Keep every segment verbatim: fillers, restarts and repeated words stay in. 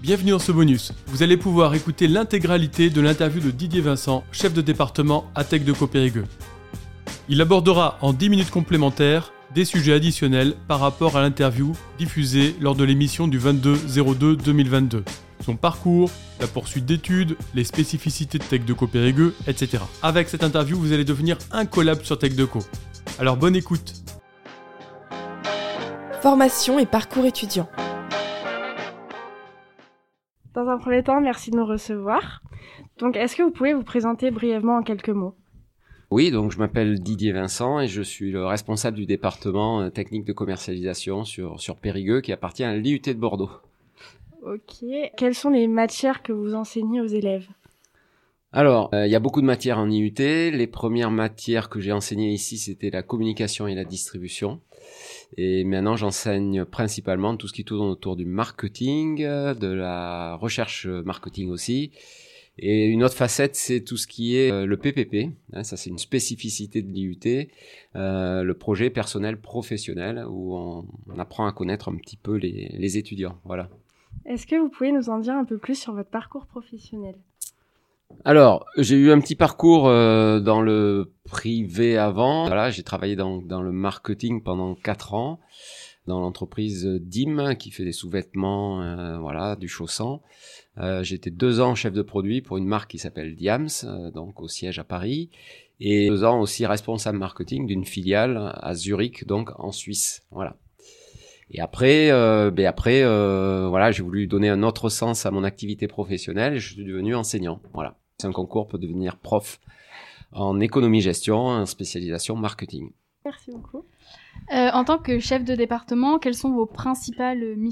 Bienvenue dans ce bonus. Vous allez pouvoir écouter l'intégralité de l'interview de Didier Vincent, chef de département à TechDeco Périgueux. Il abordera en dix minutes complémentaires des sujets additionnels par rapport à l'interview diffusée lors de l'émission du vingt-deux zéro deux deux mille vingt-deux. Son parcours, la poursuite d'études, les spécificités de TechDeco Périgueux, et cetera. Avec cette interview, vous allez devenir incollable sur TechDeco. Alors bonne écoute. Formation et parcours étudiant. Dans un premier temps, merci de nous recevoir. Donc, est-ce que vous pouvez vous présenter brièvement en quelques mots ? Oui, donc je m'appelle Didier Vincent et je suis le responsable du département technique de commercialisation sur, sur Périgueux qui appartient à l'I U T de Bordeaux. Ok. Quelles sont les matières que vous enseignez aux élèves ? Alors, il euh, y a beaucoup de matières en I U T. Les premières matières que j'ai enseignées ici, c'était la communication et la distribution. Et maintenant, j'enseigne principalement tout ce qui tourne autour du marketing, de la recherche marketing aussi. Et une autre facette, c'est tout ce qui est le P P P. Ça, c'est une spécificité de l'I U T, euh, le projet personnel professionnel, où on, on apprend à connaître un petit peu les, les étudiants. Voilà. Est-ce que vous pouvez nous en dire un peu plus sur votre parcours professionnel ? Alors, j'ai eu un petit parcours euh, dans le privé avant. Voilà, j'ai travaillé dans, dans le marketing pendant quatre ans, dans l'entreprise D I M qui fait des sous-vêtements, euh, voilà, du chaussant. Euh, j'ai été deux ans chef de produit pour une marque qui s'appelle Diams, euh, donc au siège à Paris, et deux ans aussi responsable marketing d'une filiale à Zurich, donc en Suisse. Voilà. Et après, euh, ben après, euh, voilà, j'ai voulu donner un autre sens à mon activité professionnelle et je suis devenu enseignant. Voilà, c'est un concours pour devenir prof en économie-gestion, en spécialisation marketing. Merci beaucoup. Euh, en tant que chef de département, quelles sont vos principales missions ?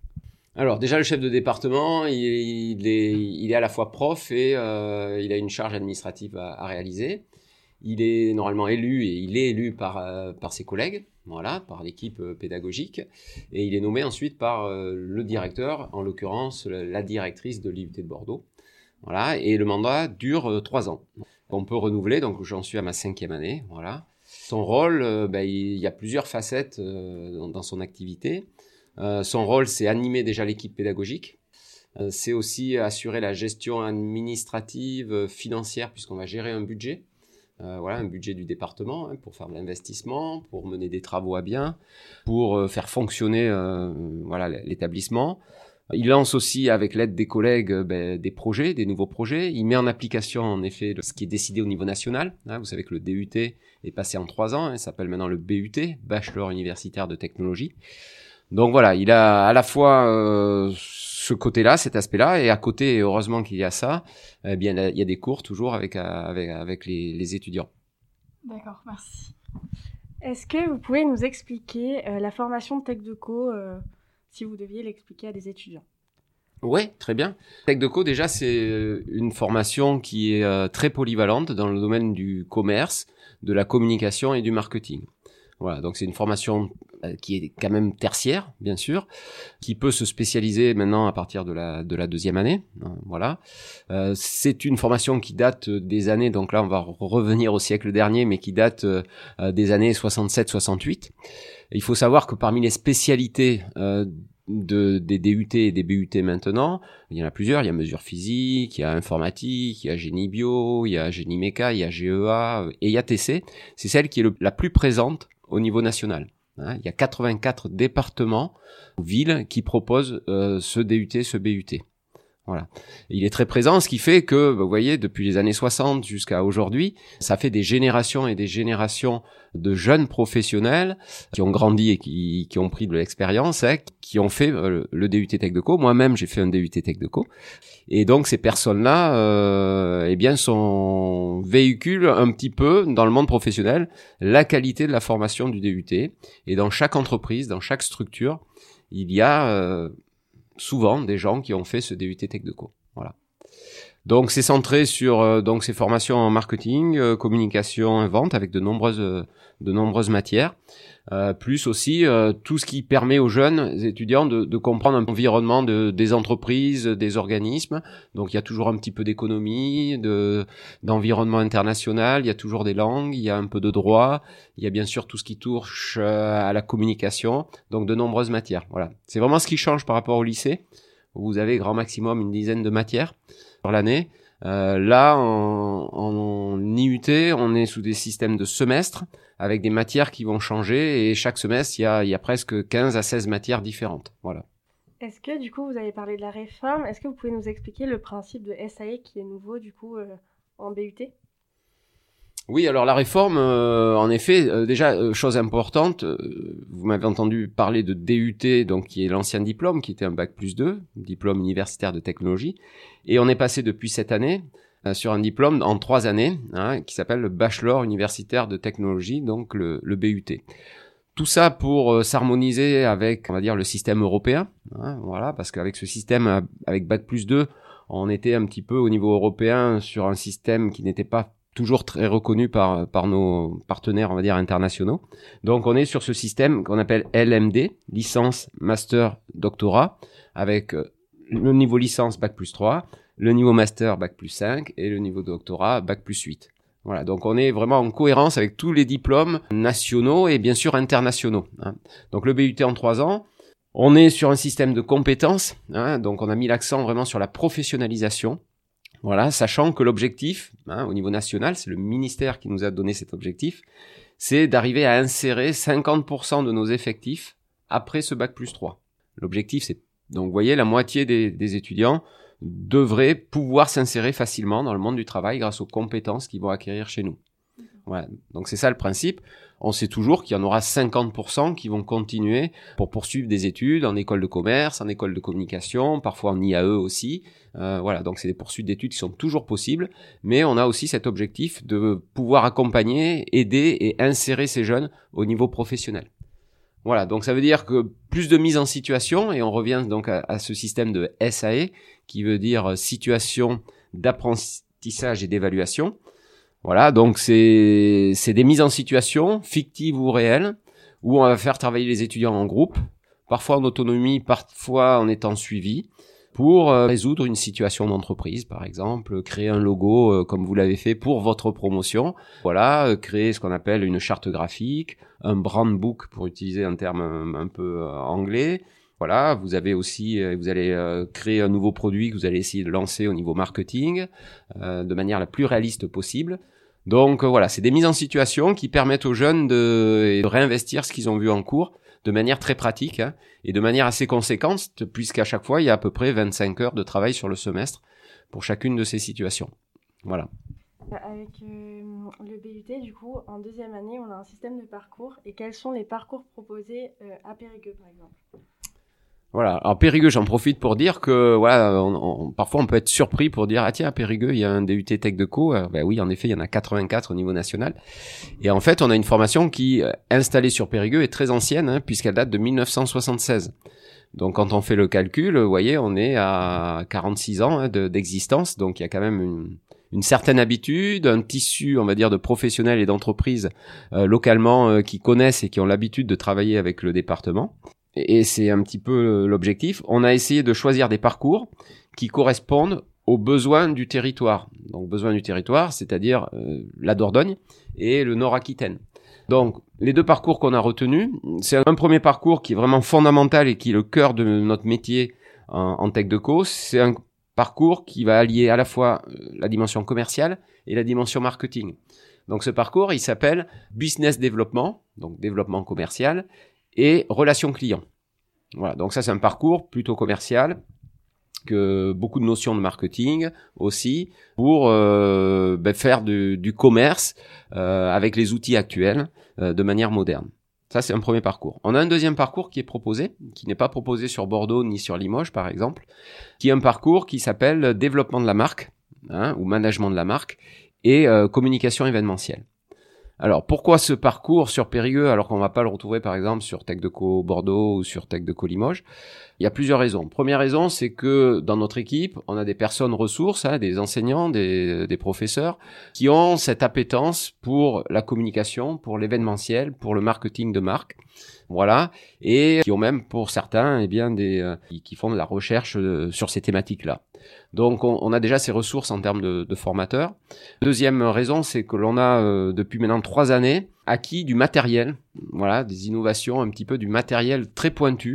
Alors déjà, le chef de département, il, il est, il est à la fois prof et euh, il a une charge administrative à, à réaliser. Il est normalement élu et il est élu par euh, par ses collègues, voilà, par l'équipe euh, pédagogique, et il est nommé ensuite par euh, le directeur, en l'occurrence la, la directrice de l'I U T de Bordeaux, voilà, et le mandat dure euh, trois ans. On peut renouveler, donc j'en suis à ma cinquième année, voilà. Son rôle, euh, ben, il y a plusieurs facettes euh, dans, dans son activité. Euh, son rôle, c'est animer déjà l'équipe pédagogique. Euh, c'est aussi assurer la gestion administrative, euh, financière, puisqu'on va gérer un budget. Euh, voilà, un budget du département hein, pour faire de l'investissement, pour mener des travaux à bien, pour euh, faire fonctionner euh, voilà, l'établissement. Il lance aussi, avec l'aide des collègues, euh, ben, des projets, des nouveaux projets. Il met en application, en effet, ce qui est décidé au niveau national. Hein, vous savez que le D U T est passé en trois ans. Hein, ça s'appelle maintenant le B U T, Bachelor Universitaire de Technologie. Donc voilà, il a à la fois euh, ce côté-là, cet aspect-là, et à côté, heureusement qu'il y a ça, eh bien il y a des cours toujours avec avec avec les, les étudiants. D'accord, merci. Est-ce que vous pouvez nous expliquer euh, la formation de TechDeco, euh, si vous deviez l'expliquer à des étudiants ? Oui, très bien. TechDeco, déjà, c'est une formation qui est euh, très polyvalente dans le domaine du commerce, de la communication et du marketing. Voilà, donc c'est une formation qui est quand même tertiaire, bien sûr, qui peut se spécialiser maintenant à partir de la de la deuxième année. Voilà, euh, c'est une formation qui date des années, donc là on va revenir au siècle dernier, mais qui date euh, des années soixante-sept soixante-huit. Il faut savoir que parmi les spécialités euh, de des D U T et des B U T maintenant, il y en a plusieurs. Il y a mesure physique, il y a informatique, il y a génie bio, il y a génie méca, il y a G E A et il y a T C. C'est celle qui est le, la plus présente au niveau national. Hein, il y a quatre-vingt-quatre départements, villes qui proposent euh, ce D U T, ce B U T. Voilà. Et il est très présent, ce qui fait que, vous voyez, depuis les années soixante jusqu'à aujourd'hui, ça fait des générations et des générations de jeunes professionnels qui ont grandi et qui, qui ont pris de l'expérience, hein, qui ont fait euh, le D U T TechDeco. Moi-même, j'ai fait un D U T TechDeco. Et donc, ces personnes-là, euh, eh bien, sont véhiculent un petit peu dans le monde professionnel la qualité de la formation du D U T. Et dans chaque entreprise, dans chaque structure, il y a euh, souvent des gens qui ont fait ce D U T TechDeco. Voilà. Donc c'est centré sur euh, donc ces formations en marketing, euh, communication et vente avec de nombreuses euh, de nombreuses matières, euh, plus aussi euh, tout ce qui permet aux jeunes étudiants de, de comprendre un environnement de, des entreprises, des organismes. Donc il y a toujours un petit peu d'économie, de d'environnement international, il y a toujours des langues, il y a un peu de droit, il y a bien sûr tout ce qui touche euh, à la communication, donc de nombreuses matières. Voilà, c'est vraiment ce qui change par rapport au lycée. où vous avez grand maximum une dizaine de matières sur l'année. Euh, là, en, en I U T, on est sous des systèmes de semestres avec des matières qui vont changer et chaque semestre, il y a, il y a presque quinze à seize matières différentes. Voilà. Est-ce que du coup, vous avez parlé de la réforme, est-ce que vous pouvez nous expliquer le principe de S A E qui est nouveau du coup euh, en B U T ? Oui, alors la réforme, euh, en effet, euh, déjà, euh, chose importante, euh, vous m'avez entendu parler de D U T, donc qui est l'ancien diplôme, qui était un bac plus deux, diplôme universitaire de technologie, et on est passé depuis cette année euh, sur un diplôme en trois années, hein, qui s'appelle le bachelor universitaire de technologie, donc le, le B U T. Tout ça pour euh, s'harmoniser avec, on va dire, le système européen, hein, voilà, parce qu'avec ce système, avec bac plus deux, on était un petit peu au niveau européen sur un système qui n'était pas toujours très reconnu par, par nos partenaires, on va dire, internationaux. Donc, on est sur ce système qu'on appelle L M D, licence, master, doctorat, avec le niveau licence, bac plus trois, le niveau master, bac plus cinq, et le niveau doctorat, bac plus huit. Voilà, donc on est vraiment en cohérence avec tous les diplômes nationaux et bien sûr internationaux, hein. Donc, le B U T en trois ans, on est sur un système de compétences, hein, donc on a mis l'accent vraiment sur la professionnalisation. Voilà, sachant que l'objectif, hein, au niveau national, c'est le ministère qui nous a donné cet objectif, c'est d'arriver à insérer cinquante pour cent de nos effectifs après ce bac plus trois. L'objectif, c'est, donc vous voyez, la moitié des, des étudiants devraient pouvoir s'insérer facilement dans le monde du travail grâce aux compétences qu'ils vont acquérir chez nous. Voilà, donc c'est ça le principe. On sait toujours qu'il y en aura cinquante pour cent qui vont continuer pour poursuivre des études en école de commerce, en école de communication, parfois en I A E aussi. Euh, voilà, donc c'est des poursuites d'études qui sont toujours possibles, mais on a aussi cet objectif de pouvoir accompagner, aider et insérer ces jeunes au niveau professionnel. Voilà, donc ça veut dire que plus de mise en situation, et on revient donc à, à ce système de S A E, qui veut dire situation d'apprentissage et d'évaluation. Voilà, donc c'est c'est des mises en situation fictives ou réelles où on va faire travailler les étudiants en groupe, parfois en autonomie, parfois en étant suivis, pour euh, résoudre une situation d'entreprise, par exemple, créer un logo euh, comme vous l'avez fait pour votre promotion. Voilà, euh, créer ce qu'on appelle une charte graphique, un brand book pour utiliser un terme un, un peu euh, anglais. Voilà, vous avez aussi, euh, vous allez euh, créer un nouveau produit que vous allez essayer de lancer au niveau marketing euh, de manière la plus réaliste possible. Donc euh, voilà, c'est des mises en situation qui permettent aux jeunes de, de réinvestir ce qu'ils ont vu en cours de manière très pratique, hein, et de manière assez conséquente, puisqu'à chaque fois, il y a à peu près vingt-cinq heures de travail sur le semestre pour chacune de ces situations. Voilà. Avec euh, le B U T, du coup, en deuxième année, on a un système de parcours. Et quels sont les parcours proposés euh, à Périgueux, par exemple ? Voilà. Alors Périgueux, j'en profite pour dire que voilà, on, on, parfois on peut être surpris pour dire ah tiens à Périgueux il y a un D U T Tech Deco. Euh, ben oui, en effet, il y en a quatre-vingt-quatre au niveau national. Et en fait, on a une formation qui installée sur Périgueux est très ancienne, hein, puisqu'elle date de mille neuf cent soixante-seize. Donc quand on fait le calcul, vous voyez, on est à quarante-six ans hein, de, d'existence. Donc il y a quand même une une certaine habitude, un tissu, on va dire, de professionnels et d'entreprises euh, localement euh, qui connaissent et qui ont l'habitude de travailler avec le département. Et c'est un petit peu l'objectif. On a essayé de choisir des parcours qui correspondent aux besoins du territoire. Donc, besoins du territoire, c'est-à-dire euh, la Dordogne et le Nord-Aquitaine. Donc, les deux parcours qu'on a retenus, c'est un premier parcours qui est vraiment fondamental et qui est le cœur de notre métier en, en Tech Deco. C'est un parcours qui va allier à la fois la dimension commerciale et la dimension marketing. Donc, ce parcours, il s'appelle Business Développement, donc développement commercial, et relations clients. Voilà, donc ça c'est un parcours plutôt commercial, que beaucoup de notions de marketing aussi, pour euh, ben, faire du, du commerce euh, avec les outils actuels euh, de manière moderne. Ça c'est un premier parcours. On a un deuxième parcours qui est proposé, qui n'est pas proposé sur Bordeaux ni sur Limoges par exemple, qui est un parcours qui s'appelle développement de la marque, hein, ou management de la marque, et euh, communication événementielle. Alors, pourquoi ce parcours sur Périgueux alors qu'on va pas le retrouver par exemple sur Tech Deco Bordeaux ou sur Tech Deco Limoges ? Il y a plusieurs raisons. Première raison, c'est que dans notre équipe, on a des personnes ressources, hein, des enseignants, des, des professeurs, qui ont cette appétence pour la communication, pour l'événementiel, pour le marketing de marque. Voilà, et qui ont même pour certains, eh bien, des euh, qui font de la recherche euh, sur ces thématiques-là. Donc, on, on a déjà ces ressources en termes de, de formateurs. Deuxième raison, c'est que l'on a euh, depuis maintenant trois années acquis du matériel, voilà, des innovations, un petit peu du matériel très pointu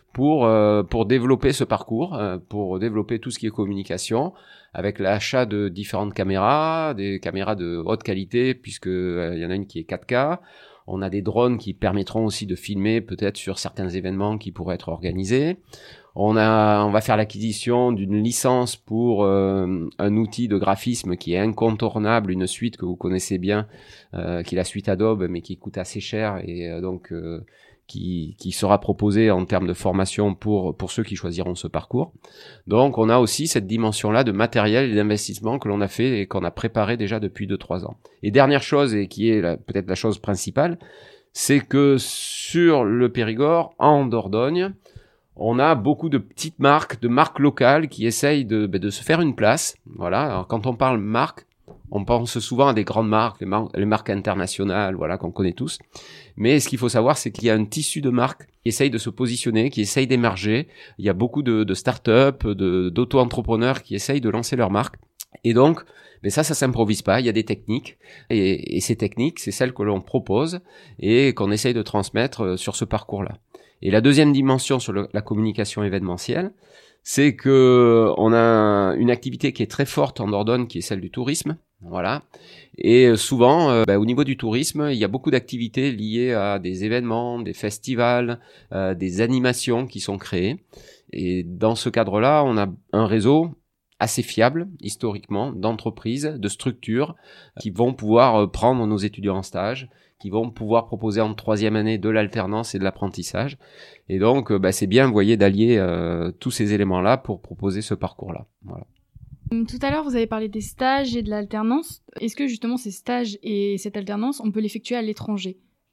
pour euh, pour développer ce parcours, euh, pour développer tout ce qui est communication, avec l'achat de différentes caméras, des caméras de haute qualité, puisque euh, il y en a une qui est quatre K. On a des drones qui permettront aussi de filmer peut-être sur certains événements qui pourraient être organisés. On a, on va faire l'acquisition d'une licence pour euh, un outil de graphisme qui est incontournable, une suite que vous connaissez bien, euh, qui est la suite Adobe, mais qui coûte assez cher et euh, donc euh, qui, qui sera proposée en termes de formation pour pour ceux qui choisiront ce parcours. Donc, on a aussi cette dimension-là de matériel et d'investissement que l'on a fait et qu'on a préparé déjà depuis deux trois ans. Et dernière chose, et qui est la, peut-être la chose principale, c'est que sur le Périgord, en Dordogne, on a beaucoup de petites marques, de marques locales qui essayent de, de se faire une place. Voilà. Alors, quand on parle marque, on pense souvent à des grandes marques, les, mar- les marques internationales, voilà, qu'on connaît tous. Mais ce qu'il faut savoir, c'est qu'il y a un tissu de marques qui essayent de se positionner, qui essayent d'émerger. Il y a beaucoup de, de start-up, de, d'auto-entrepreneurs qui essayent de lancer leur marque. Et donc, mais ça, ça s'improvise pas. Il y a des techniques. Et, et ces techniques, c'est celles que l'on propose et qu'on essaye de transmettre sur ce parcours-là. Et la deuxième dimension sur le, la communication événementielle, c'est que on a une activité qui est très forte en Dordogne, qui est celle du tourisme. Voilà. Et souvent, euh, bah, au niveau du tourisme, il y a beaucoup d'activités liées à des événements, des festivals, euh, des animations qui sont créées. Et dans ce cadre-là, on a un réseau assez fiable, historiquement, d'entreprises, de structures qui vont pouvoir prendre nos étudiants en stage, qui vont pouvoir proposer en troisième année de l'alternance et de l'apprentissage. Et donc, bah, c'est bien, vous voyez, d'allier euh, tous ces éléments-là pour proposer ce parcours-là. Voilà. Tout à l'heure, vous avez parlé des stages et de l'alternance. Est-ce que justement ces stages et cette alternance, on peut l'effectuer à l'étranger ?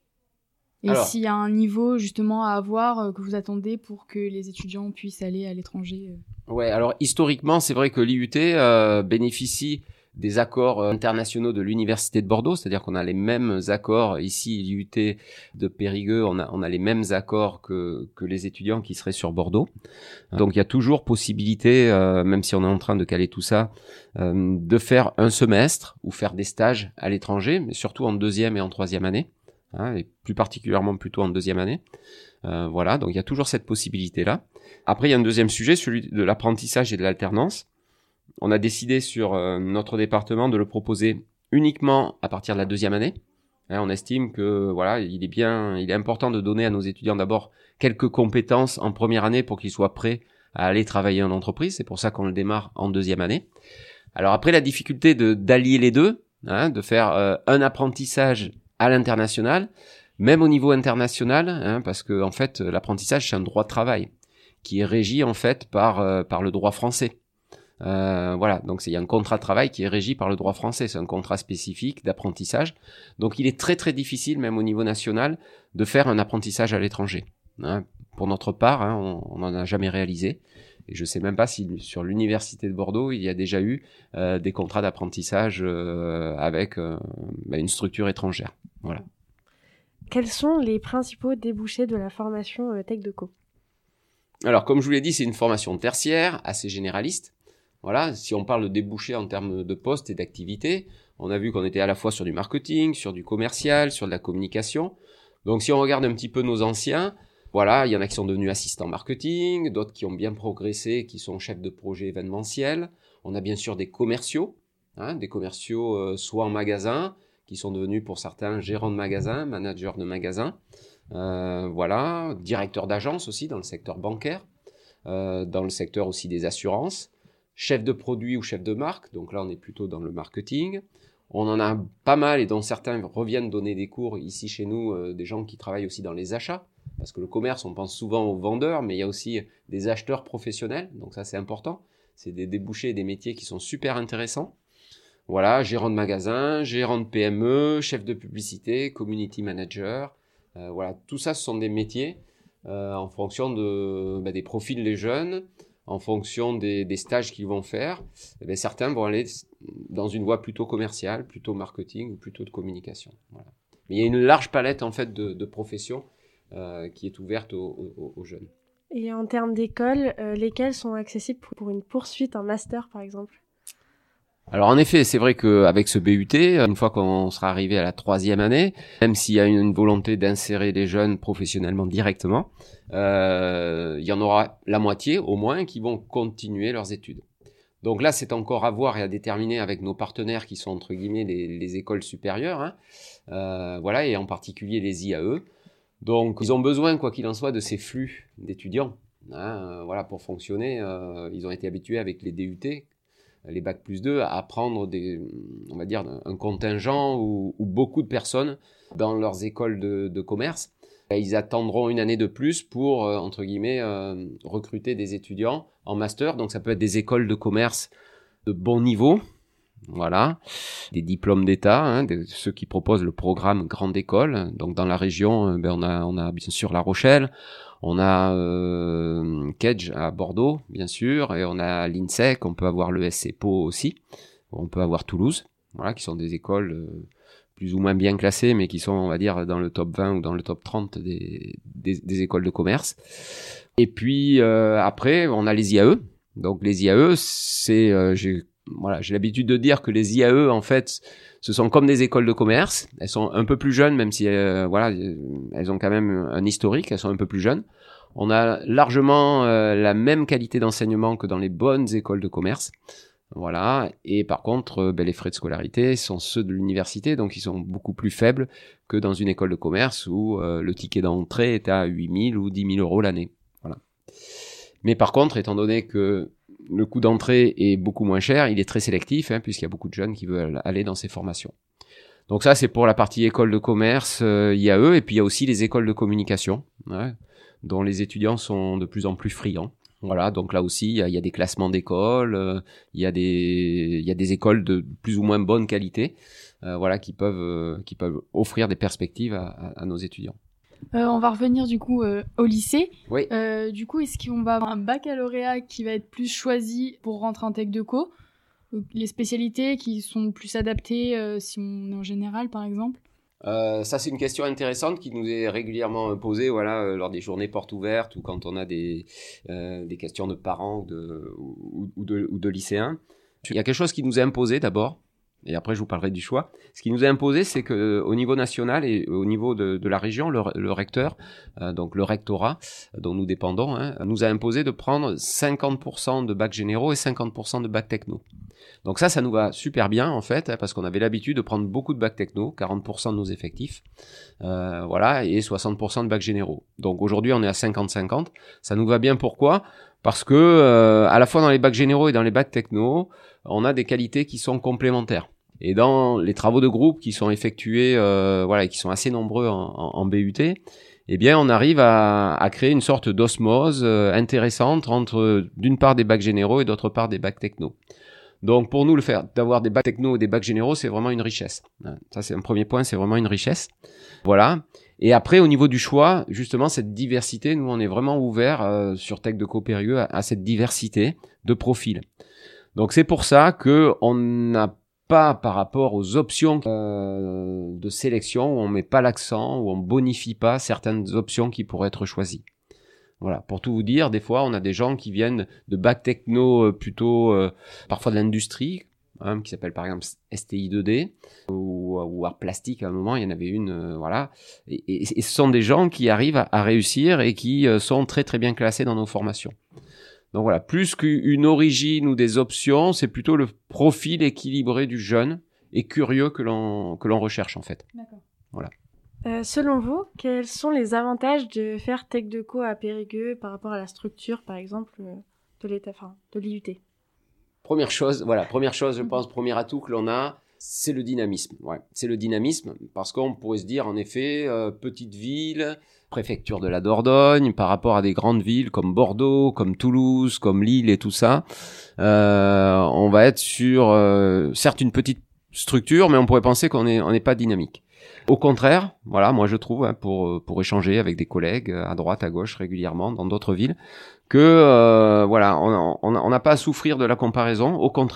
Et Alors, s'il y a un niveau justement à avoir euh, que vous attendez pour que les étudiants puissent aller à l'étranger euh... Ouais, alors historiquement, c'est vrai que l'I U T euh, bénéficie des accords internationaux de l'Université de Bordeaux, c'est-à-dire qu'on a les mêmes accords ici, l'I U T de Périgueux, on a, on a les mêmes accords que, que les étudiants qui seraient sur Bordeaux. Donc il y a toujours possibilité, euh, même si on est en train de caler tout ça, euh, de faire un semestre ou faire des stages à l'étranger, mais surtout en deuxième et en troisième année, hein, et plus particulièrement plutôt en deuxième année. Euh, voilà, donc il y a toujours cette possibilité-là. Après, il y a un deuxième sujet, celui de l'apprentissage et de l'alternance. On a décidé sur euh, notre département de le proposer uniquement à partir de la deuxième année. Hein, on estime que voilà, il est bien, il est important de donner à nos étudiants d'abord quelques compétences en première année pour qu'ils soient prêts à aller travailler en entreprise. C'est pour ça qu'on le démarre en deuxième année. Alors après, la difficulté de d'allier les deux, hein, de faire euh, un apprentissage à l'international, même au niveau international, hein, parce que en fait, l'apprentissage c'est un droit de travail qui est régi en fait par euh, par le droit français. Euh, voilà, donc il y a un contrat de travail qui est régi par le droit français, c'est un contrat spécifique d'apprentissage. Donc il est très très difficile, même au niveau national, de faire un apprentissage à l'étranger. Hein. Pour notre part, hein, on n'en a jamais réalisé. Et je sais même pas si sur l'université de Bordeaux, il y a déjà eu euh, des contrats d'apprentissage euh, avec euh, bah, une structure étrangère. Voilà. Quels sont les principaux débouchés de la formation euh, Tech Deco ? Alors, comme je vous l'ai dit, c'est une formation tertiaire, assez généraliste. Voilà, si on parle de débouchés en termes de postes et d'activités, on a vu qu'on était à la fois sur du marketing, sur du commercial, sur de la communication. Donc si on regarde un petit peu nos anciens, voilà, il y en a qui sont devenus assistants marketing, d'autres qui ont bien progressé, qui sont chefs de projet événementiel. On a bien sûr des commerciaux, hein, des commerciaux euh, soit en magasin, qui sont devenus pour certains gérants de magasin, managers de magasin. Euh, voilà, directeurs d'agence aussi dans le secteur bancaire, euh, dans le secteur aussi des assurances. Chef de produit ou chef de marque, donc là on est plutôt dans le marketing. On en a pas mal et dont certains reviennent donner des cours ici chez nous, euh, des gens qui travaillent aussi dans les achats, parce que le commerce on pense souvent aux vendeurs, mais il y a aussi des acheteurs professionnels, donc ça c'est important. C'est des débouchés et des métiers qui sont super intéressants. Voilà, gérant de magasin, gérant de P M E, chef de publicité, community manager, euh, voilà, tout ça ce sont des métiers euh, en fonction de, bah, des profils des jeunes, en fonction des, des stages qu'ils vont faire, eh bien, certains vont aller dans une voie plutôt commerciale, plutôt marketing ou plutôt de communication. Voilà. Mais il y a une large palette en fait de, de professions euh, qui est ouverte aux, aux, aux jeunes. Et en termes d'école, euh, lesquelles sont accessibles pour, pour une poursuite, un master par exemple ? Alors en effet, c'est vrai qu'avec ce B U T, une fois qu'on sera arrivé à la troisième année, même s'il y a une, une volonté d'insérer les jeunes professionnellement directement, euh, il y en aura la moitié au moins qui vont continuer leurs études. Donc là, c'est encore à voir et à déterminer avec nos partenaires qui sont entre guillemets les, les écoles supérieures, hein, euh, voilà, et en particulier les I A E. Donc ils ont besoin, quoi qu'il en soit, de ces flux d'étudiants, hein, euh, voilà, pour fonctionner. Euh, ils ont été habitués avec les D U T, les bac plus deux, à prendre des, on va dire, un contingent ou, ou beaucoup de personnes dans leurs écoles de, de commerce. Et ils attendront une année de plus pour, euh, entre guillemets, euh, recruter des étudiants en master. Donc ça peut être des écoles de commerce de bon niveau, voilà, des diplômes d'État, hein, de ceux qui proposent le programme Grande École. Donc dans la région, euh, ben, on a, on a bien sûr La Rochelle, on a euh, Kedge à Bordeaux, bien sûr, et on a l'INSEC, on peut avoir le S C P O aussi, on peut avoir Toulouse, voilà, qui sont des écoles euh, plus ou moins bien classées, mais qui sont, on va dire, dans le top vingt ou dans le top trente des, des, des écoles de commerce. Et puis euh, après, on a les I A E. Donc les I A E, c'est, euh, j'ai, voilà, j'ai l'habitude de dire que les I A E, en fait, ce sont comme des écoles de commerce. Elles sont un peu plus jeunes, même si euh, voilà, elles ont quand même un historique, elles sont un peu plus jeunes. On a largement euh, la même qualité d'enseignement que dans les bonnes écoles de commerce. Voilà. Et par contre, euh, ben, les frais de scolarité sont ceux de l'université, donc ils sont beaucoup plus faibles que dans une école de commerce où euh, le ticket d'entrée est à huit mille ou dix mille euros l'année. Voilà. Mais par contre, étant donné que le coût d'entrée est beaucoup moins cher, il est très sélectif, hein, puisqu'il y a beaucoup de jeunes qui veulent aller dans ces formations. Donc ça, c'est pour la partie école de commerce, euh, I A E, et puis il y a aussi les écoles de communication, ouais, dont les étudiants sont de plus en plus friands. Voilà, donc là aussi, il y a, il y a des classements d'écoles, euh, il y a des, il y a des écoles de plus ou moins bonne qualité, euh, voilà, qui peuvent, euh, qui peuvent offrir des perspectives à, à, à nos étudiants. Euh, on va revenir du coup euh, au lycée. Oui. Euh, du coup, est-ce qu'on va avoir un baccalauréat qui va être plus choisi pour rentrer en tech de co? Les spécialités qui sont plus adaptées euh, si on est en général, par exemple? Euh, ça, c'est une question intéressante qui nous est régulièrement posée, voilà, euh, lors des journées portes ouvertes ou quand on a des, euh, des questions de parents ou de, ou, ou, de, ou de lycéens. Il y a quelque chose qui nous est imposé d'abord, et après je vous parlerai du choix. Ce qui nous est imposé, c'est qu'au niveau national et au niveau de, de la région, le, le recteur, euh, donc le rectorat dont nous dépendons, hein, nous a imposé de prendre cinquante pour cent de bac généraux et cinquante pour cent de bac techno. Donc ça, ça nous va super bien en fait, hein, parce qu'on avait l'habitude de prendre beaucoup de bac techno, quarante pour cent de nos effectifs, euh, voilà, et soixante pour cent de bac généraux. Donc aujourd'hui, on est à cinquante cinquante. Ça nous va bien, pourquoi ? Parce que euh, à la fois dans les bacs généraux et dans les bacs techno, on a des qualités qui sont complémentaires. Et dans les travaux de groupe qui sont effectués, euh, voilà, et qui sont assez nombreux en, en, en B U T, eh bien, on arrive à, à créer une sorte d'osmose euh, intéressante entre, d'une part, des bacs généraux et d'autre part, des bacs techno. Donc, pour nous, le fait d'avoir des bacs techno et des bacs généraux, c'est vraiment une richesse. Ça, c'est un premier point, c'est vraiment une richesse. Voilà. Et après, au niveau du choix, justement, cette diversité, nous, on est vraiment ouvert euh, sur Tech de Co Périgueux à, à cette diversité de profils. Donc, c'est pour ça que on n'a pas, par rapport aux options euh, de sélection, où on met pas l'accent, où on bonifie pas certaines options qui pourraient être choisies. Voilà, pour tout vous dire, des fois, on a des gens qui viennent de bac techno, euh, plutôt euh, parfois de l'industrie, hein, qui s'appelle par exemple S T I deux D, ou, ou art plastique à un moment, il y en avait une, euh, voilà. Et, et, et ce sont des gens qui arrivent à, à réussir et qui euh, sont très très bien classés dans nos formations. Donc voilà, plus qu'une origine ou des options, c'est plutôt le profil équilibré du jeune et curieux que l'on, que l'on recherche en fait. D'accord. Voilà. Euh, selon vous, quels sont les avantages de faire Tech de Co à Périgueux par rapport à la structure, par exemple, de l'État, enfin, de l'I U T? Première chose, voilà, première chose, je pense, premier atout que l'on a, c'est le dynamisme. Ouais, c'est le dynamisme, parce qu'on pourrait se dire, en effet, euh, petite ville, préfecture de la Dordogne, par rapport à des grandes villes comme Bordeaux, comme Toulouse, comme Lille et tout ça, euh, on va être sur, euh, certes, une petite structure, mais on pourrait penser qu'on est, on n'est pas dynamique. Au contraire, voilà, moi je trouve, hein, pour pour échanger avec des collègues à droite, à gauche régulièrement dans d'autres villes, que euh, voilà, on n'a on a, on a pas à souffrir de la comparaison. Au contraire,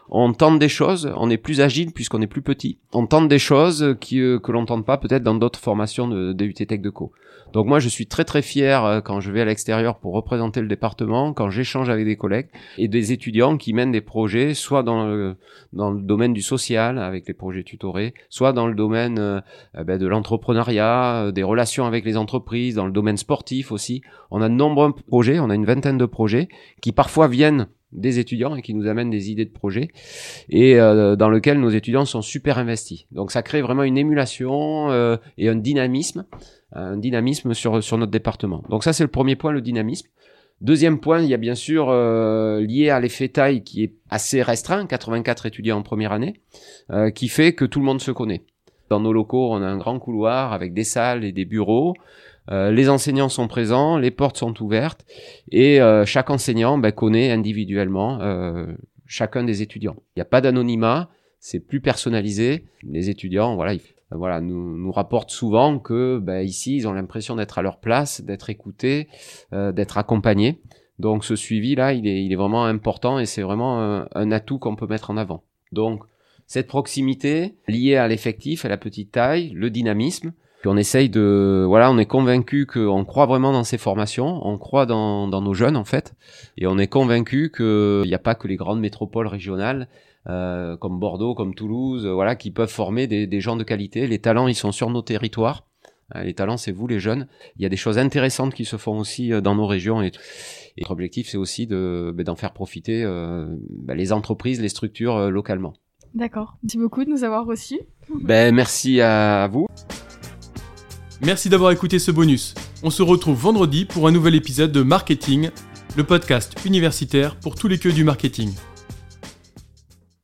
on tente des choses, on est plus agile puisqu'on est plus petit. On tente des choses qui, euh, que l'on tente pas peut-être dans d'autres formations de D U T Tech Deco. Donc moi, je suis très très fier euh, quand je vais à l'extérieur pour représenter le département, quand j'échange avec des collègues et des étudiants qui mènent des projets, soit dans le, dans le domaine du social, avec les projets tutorés, soit dans le domaine euh, ben, de l'entrepreneuriat, euh, des relations avec les entreprises, dans le domaine sportif aussi. On a de nombreux projets, on a une vingtaine de projets qui parfois viennent des étudiants et qui nous amènent des idées de projets et euh, dans lequel nos étudiants sont super investis. Donc ça crée vraiment une émulation euh, et un dynamisme, un dynamisme sur, sur notre département. Donc ça c'est le premier point, le dynamisme. Deuxième point, il y a bien sûr euh, lié à l'effet taille qui est assez restreint, quatre-vingt-quatre étudiants en première année, euh, qui fait que tout le monde se connaît. Dans nos locaux, on a un grand couloir avec des salles et des bureaux. Euh, les enseignants sont présents, les portes sont ouvertes et euh, chaque enseignant ben, connaît individuellement euh, chacun des étudiants. Il n'y a pas d'anonymat, c'est plus personnalisé. Les étudiants, voilà, ils, voilà, nous, nous rapportent souvent que ben, ici, ils ont l'impression d'être à leur place, d'être écoutés, euh, d'être accompagnés. Donc ce suivi-là, il est, il est vraiment important et c'est vraiment un, un atout qu'on peut mettre en avant. Donc cette proximité liée à l'effectif, à la petite taille, le dynamisme. Puis on essaye de, voilà, on est convaincu qu'on croit vraiment dans ces formations, on croit dans, dans nos jeunes en fait, et on est convaincu qu'il n'y a pas que les grandes métropoles régionales euh, comme Bordeaux, comme Toulouse, euh, voilà, qui peuvent former des, des gens de qualité. Les talents, ils sont sur nos territoires. Euh, les talents, c'est vous, les jeunes. Il y a des choses intéressantes qui se font aussi euh, dans nos régions. Et, et notre objectif, c'est aussi de, ben, d'en faire profiter euh, ben, les entreprises, les structures euh, localement. D'accord. Merci beaucoup de nous avoir reçus. Ben, merci à vous. Merci d'avoir écouté ce bonus. On se retrouve vendredi pour un nouvel épisode de Marketing, le podcast universitaire pour tous les queues du marketing.